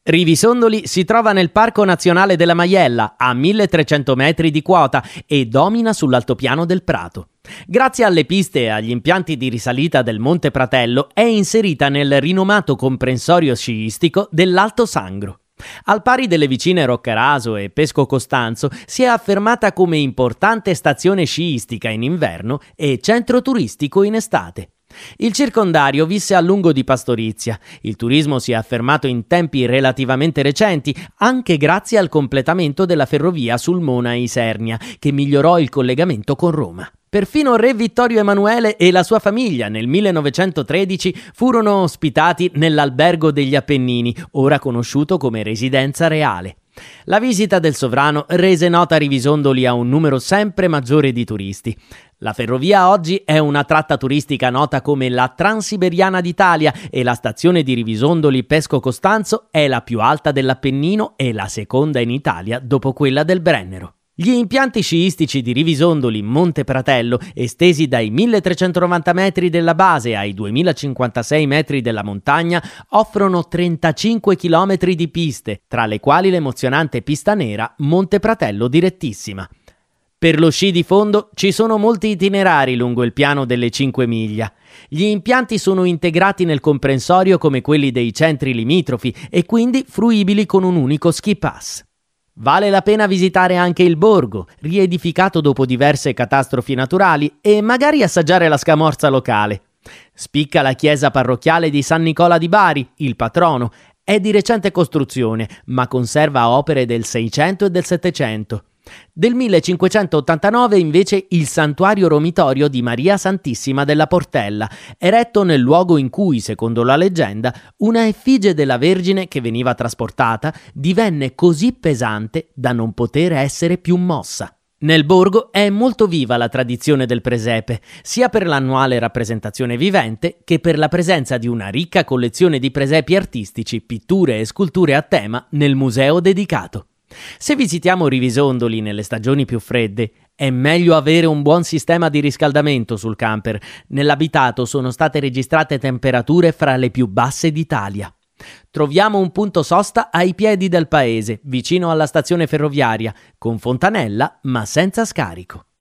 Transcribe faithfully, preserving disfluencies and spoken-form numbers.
Rivisondoli si trova nel Parco Nazionale della Maiella, a milletrecento metri di quota e domina sull'altopiano del Prato. Grazie alle piste e agli impianti di risalita del Monte Pratello è inserita nel rinomato comprensorio sciistico dell'Alto Sangro. Al pari delle vicine Roccaraso e Pesco Costanzo, si è affermata come importante stazione sciistica in inverno e centro turistico in estate. Il circondario visse a lungo di pastorizia. Il turismo si è affermato in tempi relativamente recenti, anche grazie al completamento della ferrovia Sulmona-Isernia, che migliorò il collegamento con Roma. Perfino re Vittorio Emanuele e la sua famiglia nel millenovecentotredici furono ospitati nell'Albergo degli Appennini, ora conosciuto come Residenza Reale. La visita del sovrano rese nota Rivisondoli a un numero sempre maggiore di turisti. La ferrovia oggi è una tratta turistica nota come la Transiberiana d'Italia e la stazione di Rivisondoli Pesco Costanzo è la più alta dell'Appennino e la seconda in Italia dopo quella del Brennero. Gli impianti sciistici di Rivisondoli Monte Pratello, estesi dai milletrecentonovanta metri della base ai duemilacinquantasei metri della montagna, offrono trentacinque chilometri di piste, tra le quali l'emozionante pista nera Monte Pratello Direttissima. Per lo sci di fondo ci sono molti itinerari lungo il piano delle cinque miglia. Gli impianti sono integrati nel comprensorio come quelli dei centri limitrofi e quindi fruibili con un unico ski pass. Vale la pena visitare anche il borgo, riedificato dopo diverse catastrofi naturali, e magari assaggiare la scamorza locale. Spicca la chiesa parrocchiale di San Nicola di Bari, il patrono. È di recente costruzione, ma conserva opere del Seicento e del Settecento. Del millecinquecentottantanove invece il santuario romitorio di Maria Santissima della Portella, eretto nel luogo in cui, secondo la leggenda, una effigie della Vergine che veniva trasportata divenne così pesante da non poter essere più mossa. Nel borgo è molto viva la tradizione del presepe, sia per l'annuale rappresentazione vivente che per la presenza di una ricca collezione di presepi artistici, pitture e sculture a tema nel museo dedicato. Se visitiamo Rivisondoli nelle stagioni più fredde, è meglio avere un buon sistema di riscaldamento sul camper. Nell'abitato sono state registrate temperature fra le più basse d'Italia. Troviamo un punto sosta ai piedi del paese, vicino alla stazione ferroviaria, con fontanella ma senza scarico.